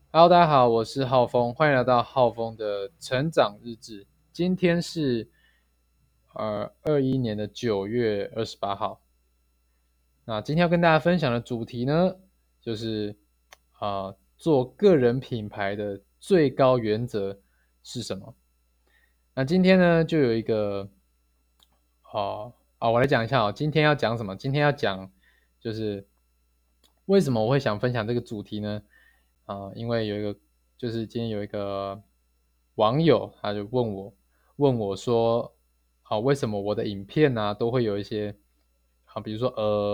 Hello，大家好，我是浩峰，欢迎来到浩峰的成长日志。今天是21年的9月28号。那今天要跟大家分享的主题呢，就是做个人品牌的最高原则是什么？那今天呢，就有一个我来讲一下今天要讲什么？今天要讲就是为什么我会想分享这个主题呢？因为今天有一个网友，他就问我说，为什么我的影片啊都会有一些比如说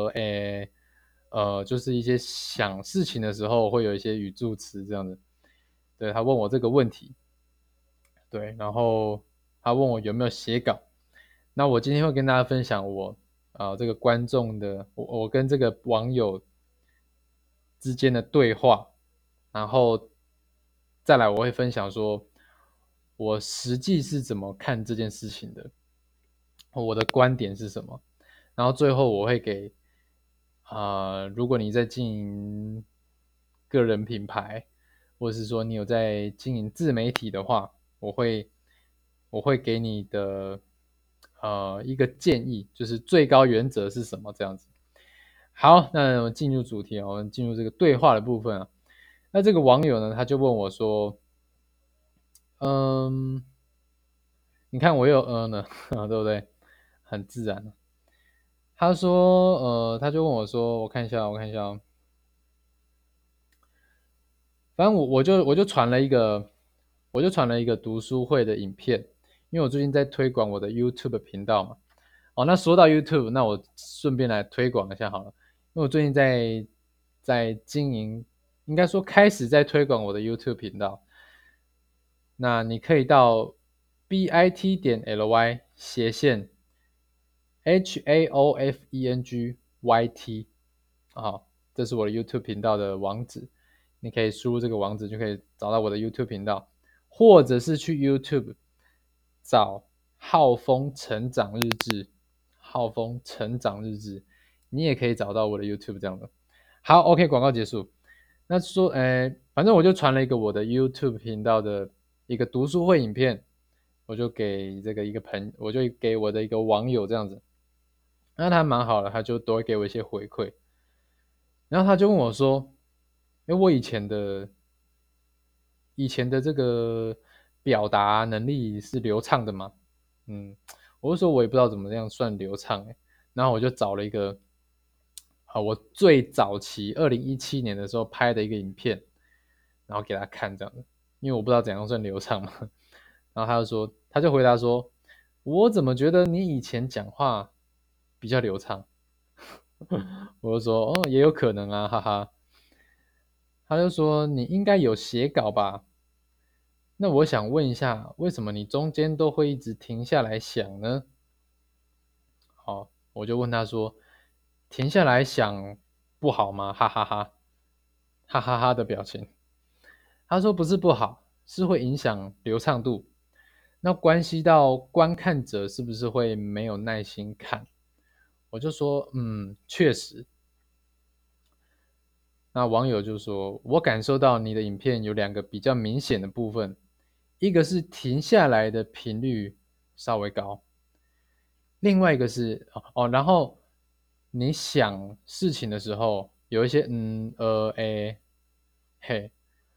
就是一些想事情的时候会有一些语助词这样子。对，他问我这个问题。对，然后他问我有没有写稿。那我今天会跟大家分享我这个观众的我跟这个网友之间的对话，然后再来我会分享说我实际是怎么看这件事情的，我的观点是什么，然后最后我会给如果你在经营个人品牌，或者是说你有在经营自媒体的话，我会给你的一个建议，就是最高原则是什么这样子。好，那我们进入主题我们进入这个对话的部分啊。那这个网友呢，他就问我说，嗯，你看我有呢，对不对？很自然。他说，他就问我说，我看一下反正我就传了一个，读书会的影片，因为我最近在推广我的 YouTube 频道嘛。那说到 YouTube，那我顺便来推广一下好了，因为我最近在经营，应该说开始在推广我的 YouTube 频道。那你可以到 bit.ly/HAOFENGYT 这是我的 YouTube 频道的网址，你可以输入这个网址就可以找到我的 YouTube 频道，或者是去 YouTube 找浩峰成长日志，你也可以找到我的 YouTube 这样的。好 ，OK， 广告结束。那说，反正我就传了一个我的 YouTube 频道的一个读书会影片，我就给我就给我的一个网友这样子。那他蛮好的，他就都会给我一些回馈。然后他就问我说，我以前的这个表达能力是流畅的吗？我就说我也不知道怎么样算流畅然后我就找了一个我最早期2017年的时候拍的一个影片，然后给他看这样的，因为我不知道怎样算流畅嘛。然后他就回答说，我怎么觉得你以前讲话比较流畅？我就说也有可能啊，哈哈。他就说你应该有写稿吧？那我想问一下，为什么你中间都会一直停下来想呢？好，我就问他说，停下来想不好吗？哈哈哈，哈哈哈的表情。他说不是不好，是会影响流畅度，那关系到观看者是不是会没有耐心看。我就说确实。那网友就说，我感受到你的影片有两个比较明显的部分，一个是停下来的频率稍微高，另外一个是然后你想事情的时候有一些嘿，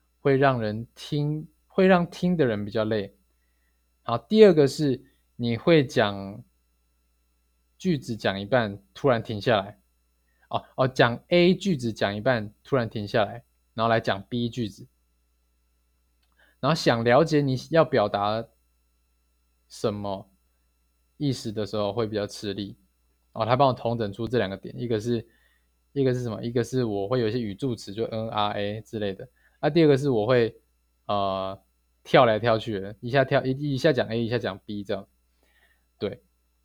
会让听的人比较累。好，第二个是你会讲句子讲一半突然停下来。讲 A 句子讲一半突然停下来，然后来讲 B 句子，然后想了解你要表达什么意思的时候会比较吃力。他帮我统整出这两个点，一个是什么？一个是我会有一些语助词，就 N、R、A 之类的。第二个是我会跳来跳去的，一下讲 A， 一下讲 B 这样。对，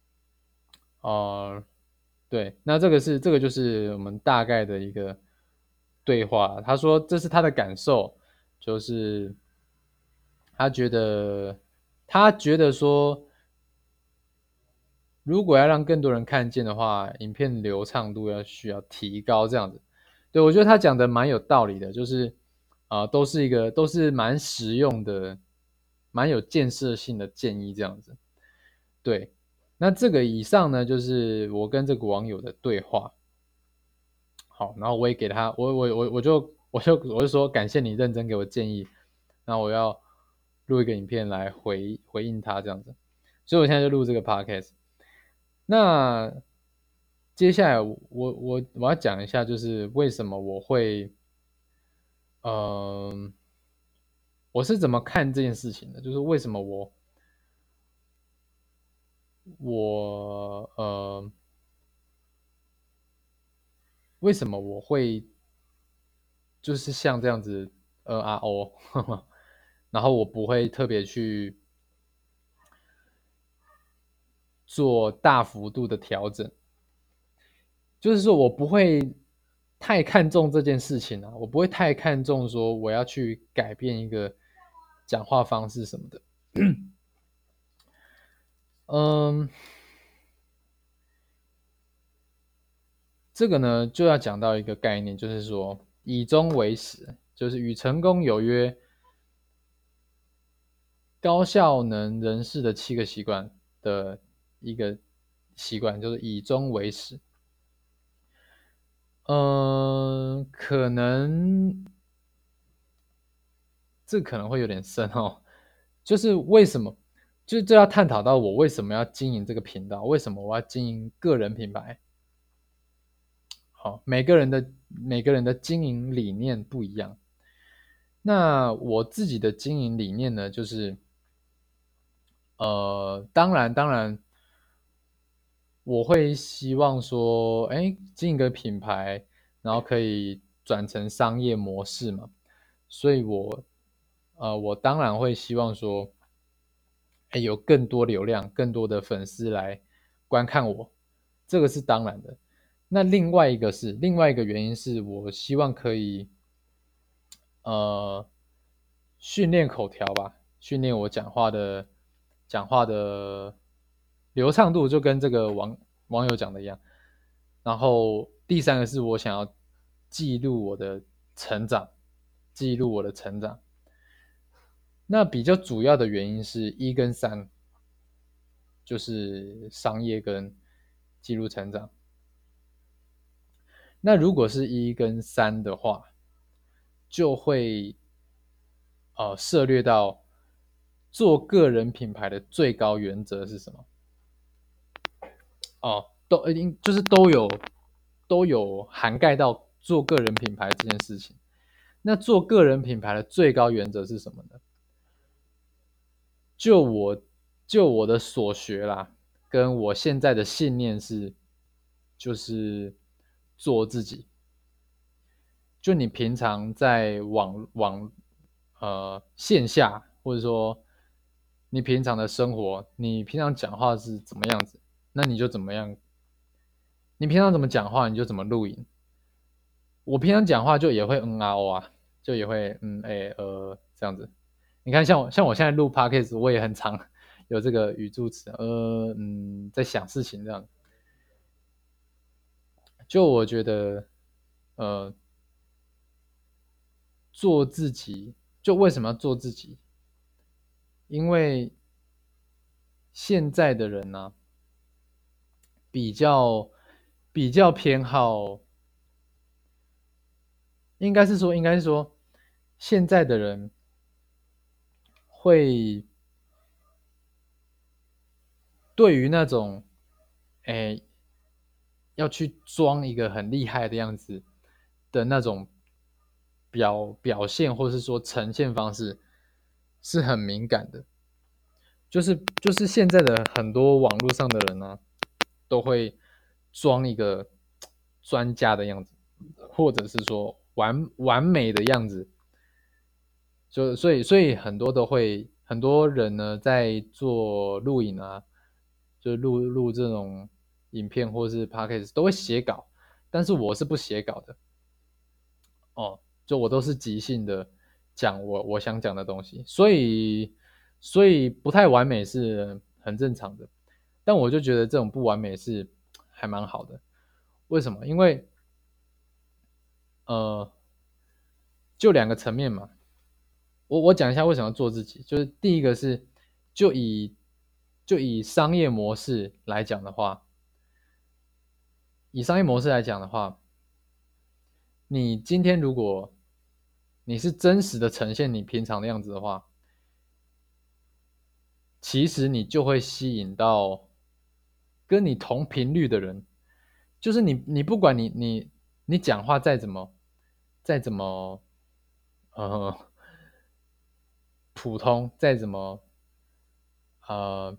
对，那这个就是我们大概的一个对话。他说这是他的感受，就是他觉得说，如果要让更多人看见的话，影片流畅度需要提高这样子。对，我觉得他讲的蛮有道理的，就是都是蛮实用的，蛮有建设性的建议这样子。对，那这个以上呢，就是我跟这个网友的对话。好，然后我也给他，我就说感谢你认真给我建议，那我要录一个影片来回应他这样子，所以我现在就录这个 podcast。那接下来我要讲一下，就是为什么呃，我是怎么看这件事情的，就是为什么我为什么我会就是像这样子RO，然后我不会特别去做大幅度的调整，就是说我不会太看重这件事情啊，我不会太看重说我要去改变一个讲话方式什么的。嗯，这个呢就要讲到一个概念，就是说以终为始，就是与成功有约，高效能人士的7个习惯的一个习惯，就是以终为始。可能这可能会有点深哦，就是为什么，就是这要探讨到我为什么要经营这个频道，为什么我要经营个人品牌。好，每个人的经营理念不一样。那我自己的经营理念呢，就是当然，我会希望说，哎，经营个品牌，然后可以转成商业模式嘛。所以我当然会希望说，哎，有更多流量、更多的粉丝来观看我，这个是当然的。那另外一个原因是我希望可以训练口条吧，训练我讲话的流畅度，就跟这个网友讲的一样。然后第三个是我想要记录我的成长，记录我的成长。那比较主要的原因是1跟3，就是商业跟记录成长。那如果是1跟3的话，就会涉略到做个人品牌的最高原则是什么？哦，就是都有涵盖到做个人品牌这件事情。那做个人品牌的最高原则是什么呢？就我的所学啦，跟我现在的信念就是做自己。就你平常在线下，或者说你平常的生活，你平常讲话是怎么样子，那你就怎么样。你平常怎么讲话，你就怎么录影。我平常讲话就也会啊，就也会这样子。你看像我现在录 podcast，我也很常有这个语助词，在想事情这样。就我觉得，呃，做自己，就为什么要做自己？因为现在的人呢、比较比较偏好，应该是说，现在的人会对于那种，哎，要去装一个很厉害的样子的那种表现，或是说呈现方式，是很敏感的。就是现在的很多网络上的人呢、都会装一个专家的样子，或者是说完美的样子。所以很多人呢在做录影啊，就录这种影片或是 podcast 都会写稿，但是我是不写稿的哦，就我都是即兴的讲我想讲的东西，所以不太完美是很正常的，但我就觉得这种不完美是还蛮好的。为什么？因为呃就两个层面嘛。我讲一下为什么要做自己，就是第一个是就以商业模式来讲的话，你今天如果你是真实的呈现你平常的样子的话，其实你就会吸引到跟你同频率的人。就是你不管你讲话再怎么呃普通，再怎么呃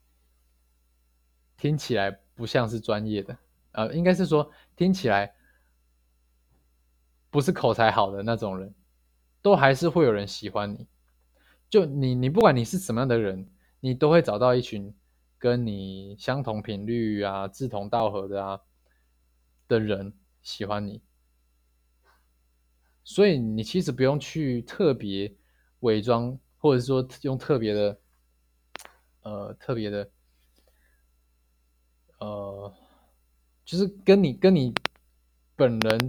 听起来不像是专业的，应该是说听起来不是口才好的那种人，都还是会有人喜欢你。就你不管你是什么样的人，你都会找到一群跟你相同频率啊、志同道合的人喜欢你。所以你其实不用去特别伪装，或者说用特别的呃，就是跟你本人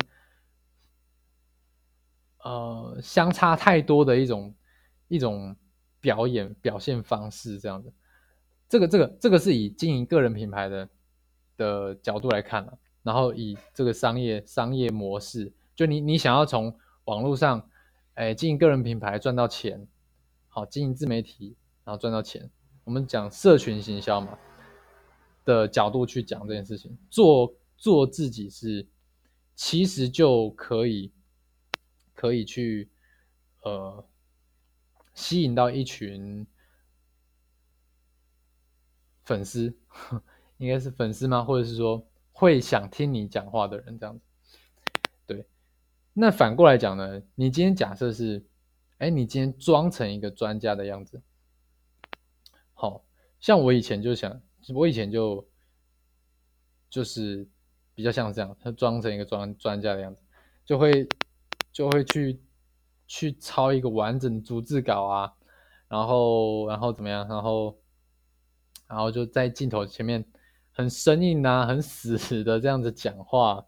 相差太多的一种表现方式这样子。这个是以经营个人品牌的角度来看了，然后以这个商业模式，就你想要从网络上，经营个人品牌赚到钱，好经营自媒体然后赚到钱，我们讲社群行销嘛的角度去讲这件事情，做自己其实就可以去呃吸引到一群粉丝，应该是粉丝吗？或者是说会想听你讲话的人这样子。对，那反过来讲呢，你今天假设是，你今天装成一个专家的样子，好像我以前就想，我以前就是比较像这样，他装成一个专家的样子，就会去抄一个完整的逐字稿啊，然后怎么样，然后就在镜头前面很生硬啊，很死的这样子讲话。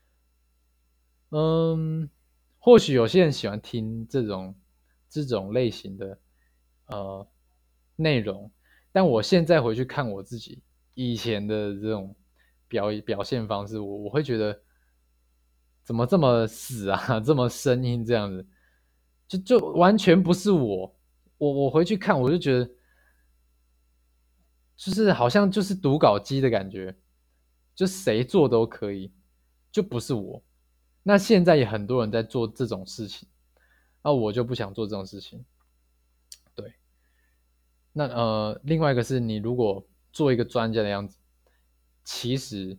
嗯，或许有些人喜欢听这种类型的呃内容，但我现在回去看我自己以前的这种表现方式，我会觉得怎么这么死啊，这么生硬这样子，就完全不是我。我回去看，我就觉得就是好像就是读稿机的感觉，就谁做都可以，就不是我。那现在也很多人在做这种事情，那我就不想做这种事情。对，那另外一个是你如果做一个专家的样子，其实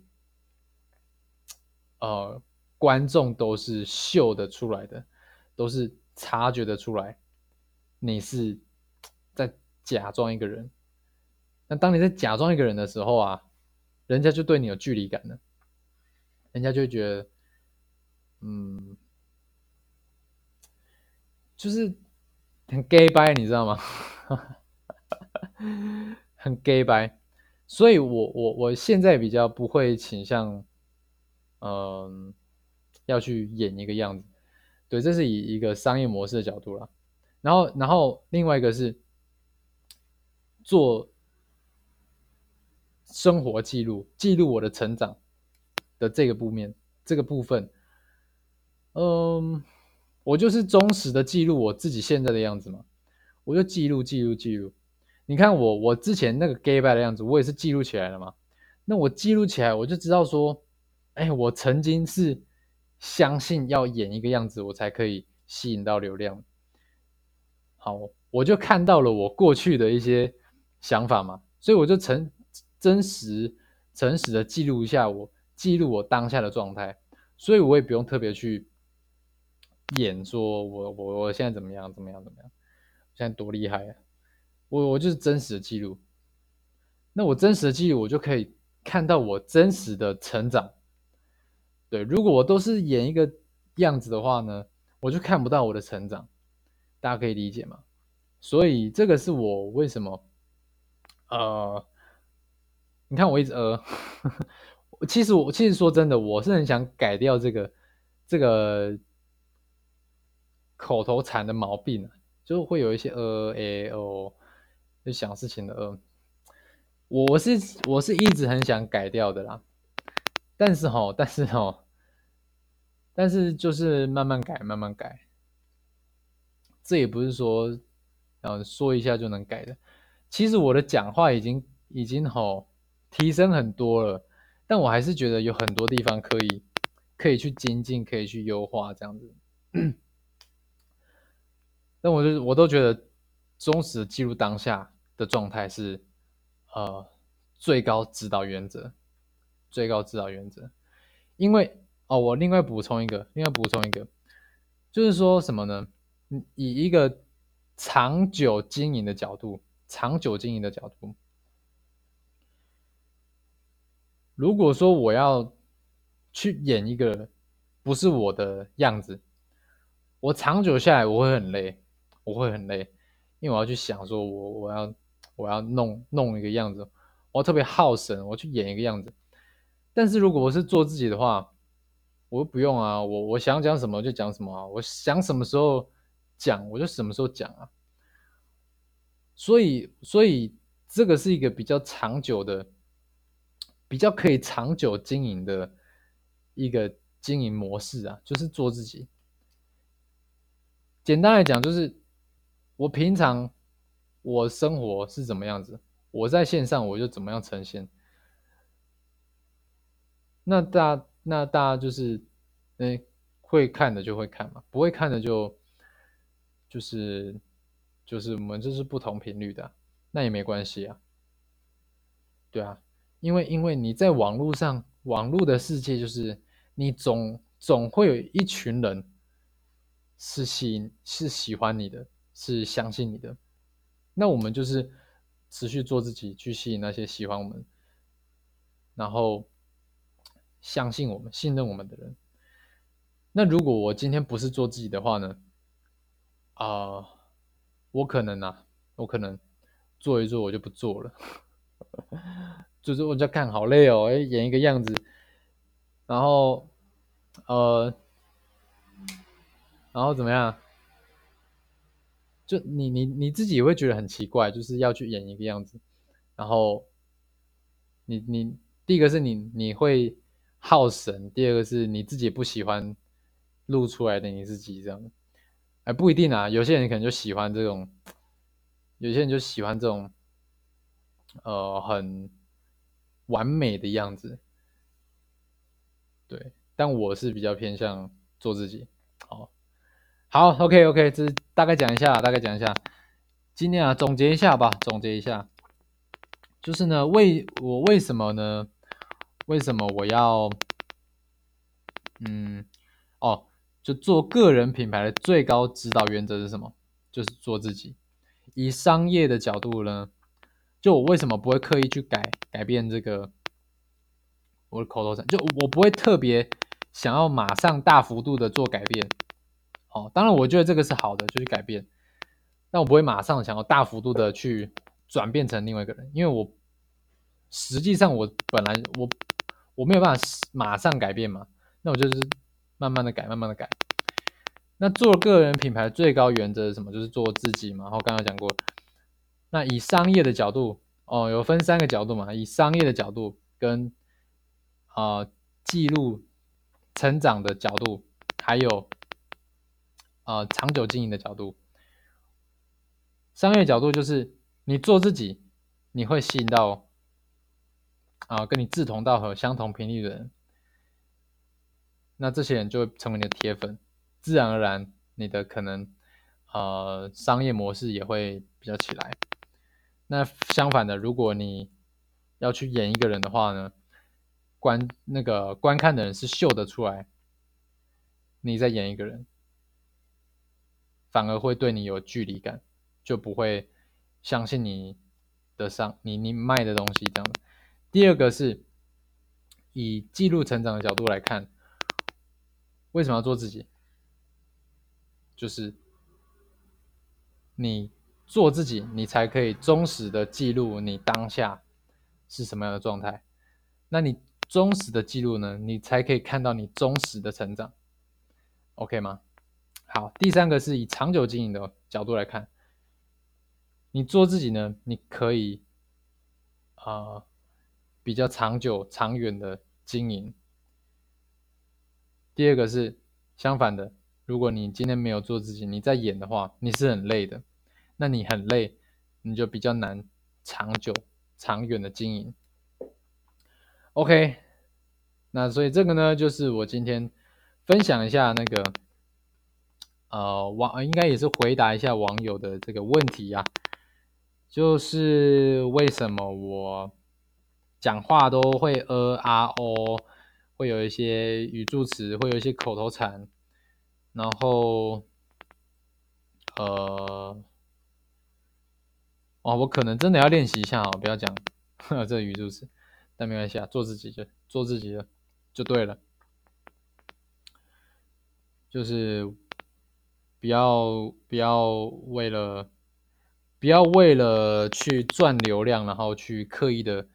呃观众都是秀得出来的，都是察觉得出来你是在假装一个人。那当你在假装一个人的时候啊，人家就对你有距离感了，人家就会觉得，嗯，就是很 gay 掰，你知道吗？很 gay 掰，所以我现在比较不会倾向，嗯，要去演一个样子。对，这是以一个商业模式的角度啦。然后另外一个是做生活记录，记录我的成长的这个部分，嗯，我就是忠实的记录我自己现在的样子嘛，我就记录。你看我之前那个 gay bye 的样子，我也是记录起来了嘛。那我记录起来，我就知道说，我曾经是相信要演一个样子，我才可以吸引到流量。好，我就看到了我过去的一些想法嘛，所以我就真实、诚实的记录我当下的状态，所以我也不用特别去演说我现在怎么样，现在多厉害啊！我就是真实的记录，那我真实的记录，我就可以看到我真实的成长。对，如果我都是演一个样子的话呢，我就看不到我的成长，大家可以理解吗？所以这个是我为什么呃，你看我一直其实说真的，我是很想改掉这个口头禅的毛病啊，就会有一些就想事情的我是一直很想改掉的啦，但是就是慢慢改，慢慢改，这也不是说说一下就能改的。其实我的讲话已经提升很多了，但我还是觉得有很多地方可以去精进，可以去优化这样子。但我都觉得忠实的记录当下的状态是最高指导原则，最高指导原则。因为我另外补充一个，就是说什么呢？以一个长久经营的角度，如果说我要去演一个不是我的样子，我长久下来我会很累，因为我要去想说我要弄一个样子，我要特别耗神，我去演一个样子。但是如果我是做自己的话，我不用啊，我想讲什么就讲什么啊，我想什么时候讲我就什么时候讲啊。所以这个是一个比较长久的，比较可以长久经营的一个经营模式啊，就是做自己。简单来讲，就是我平常我生活是怎么样子，我在线上我就怎么样呈现。那大家就是，会看的就会看嘛，不会看的就是我们就是不同频率的啊，那也没关系啊，对啊，因为你在网络上，网络的世界就是你总会有一群人是喜欢你的，是相信你的，那我们就是持续做自己，去吸引那些喜欢我们，然后相信我们、信任我们的人。那如果我今天不是做自己的话呢？啊、我可能我可能做一做我就不做了，就是我就看好累哦，演一个样子，然后呃，然后怎么样？就你自己也会觉得很奇怪，就是要去演一个样子，然后你第一个是你会耗神，第二个是你自己也不喜欢录出来的你自己这样，不一定啊，有些人可能就喜欢这种，有些人就喜欢这种很完美的样子，对，但我是比较偏向做自己。好，好，OK，这是大概讲一下，今天总结一下吧，就是呢，为什么呢？为什么我要嗯就做个人品牌的最高指导原则是什么？就是做自己。以商业的角度呢，就我为什么不会刻意去改变这个我的口头禅？就我不会特别想要马上大幅度的做改变。当然我觉得这个是好的，就去改变，但我不会马上想要大幅度的去转变成另外一个人，因为实际上我本来我没有办法马上改变嘛，那我就是慢慢的改，慢慢的改。那做个人品牌最高原则是什么？就是做自己嘛。然后刚刚讲过，那以商业的角度，有分3个角度嘛。以商业的角度跟记录成长的角度，还有长久经营的角度。商业角度就是你做自己，你会吸引到跟你志同道合、相同频率的人，那这些人就会成为你的铁粉，自然而然你的可能商业模式也会比较起来。那相反的，如果你要去演一个人的话呢，观看的人是秀得出来你在演一个人，反而会对你有距离感，就不会相信你卖的东西这样的。第二个是以记录成长的角度来看，为什么要做自己？就是你做自己，你才可以忠实的记录你当下是什么样的状态。那你忠实的记录呢，你才可以看到你忠实的成长，OK 吗？ 好，第三个是以长久经营的角度来看，你做自己呢，你可以比较长久、长远的经营。第二个是相反的，如果你今天没有做自己，你在演的话，你是很累的。那你很累，你就比较难长久、长远的经营。OK，那所以这个呢，就是我今天分享一下那个应该也是回答一下网友的这个问题啊，就是为什么我讲话都会会有一些语助词，会有一些口头禅，然后我可能真的要练习一下不要讲这个语助词，但没关系啊，做自己就对了，就是不要为了去赚流量，然后去刻意的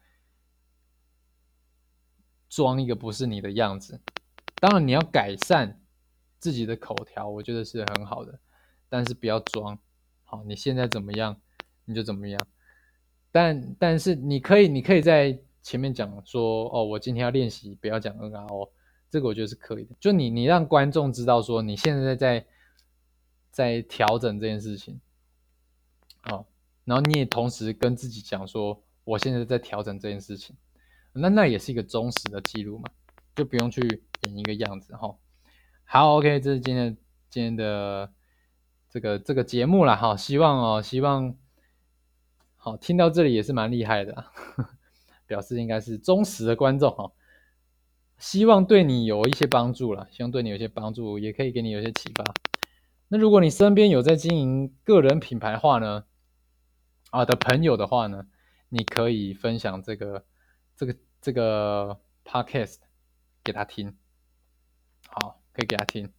装一个不是你的样子。当然你要改善自己的口条，我觉得是很好的，但是不要装。好，你现在怎么样你就怎么样。但是你可以在前面讲说我今天要练习不要讲这个我觉得是可以的。就你让观众知道说你现在在调整这件事情。然后你也同时跟自己讲说我现在在调整这件事情。那也是一个忠实的记录嘛，就不用去演一个样子哈。好 ，OK， 这是今天的这个节目啦哈，希望好听到这里也是蛮厉害的表示应该是忠实的观众哈。希望对你有一些帮助啦，希望对你有些帮助，也可以给你有些启发。那如果你身边有在经营个人品牌的话呢，的朋友的话呢，你可以分享这个 podcast 给他听，好，可以给他听。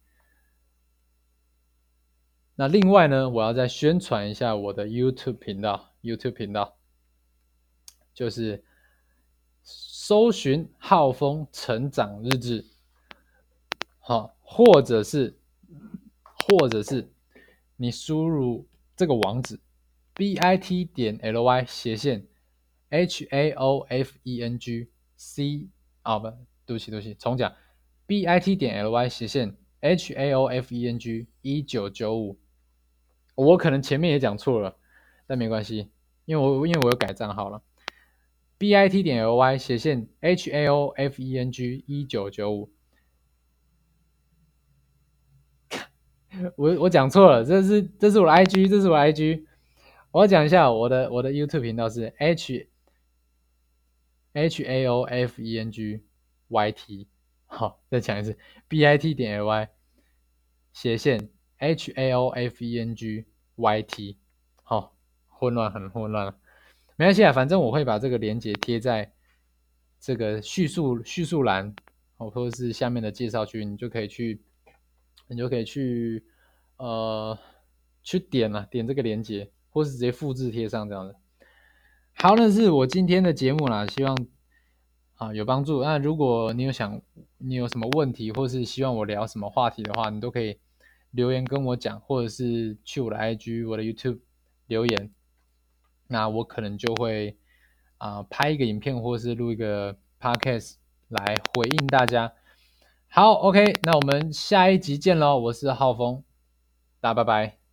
那另外呢，我要再宣传一下我的 YouTube 频道就是搜寻浩峰成长日志，好，或者是你输入这个网址 bit.ly/HAOFENG不，对不起，重讲 bit.ly/HAOFENG1995。我可能前面也讲错了，但没关系，因为我有改账号了。bit.ly/HAOFENG1995。我讲错了，这是我的 IG，我要讲一下我的 YouTube 频道是 HAOFENGYT。好，再讲一次 bit.ly/HAOFENGYT。好，很混乱了，没关系啊，反正我会把这个连结贴在这个叙述栏或者是下面的介绍区，你就可以去去点这个连结，或是直接复制贴上这样的。好，那是我今天的节目啦，希望有帮助。那如果你有什么问题，或是希望我聊什么话题的话，你都可以留言跟我讲，或者是去我的 IG、我的 YouTube 留言。那我可能就会拍一个影片，或是录一个 Podcast 来回应大家。好 ，OK，那我们下一集见喽！我是浩峰，大家拜拜。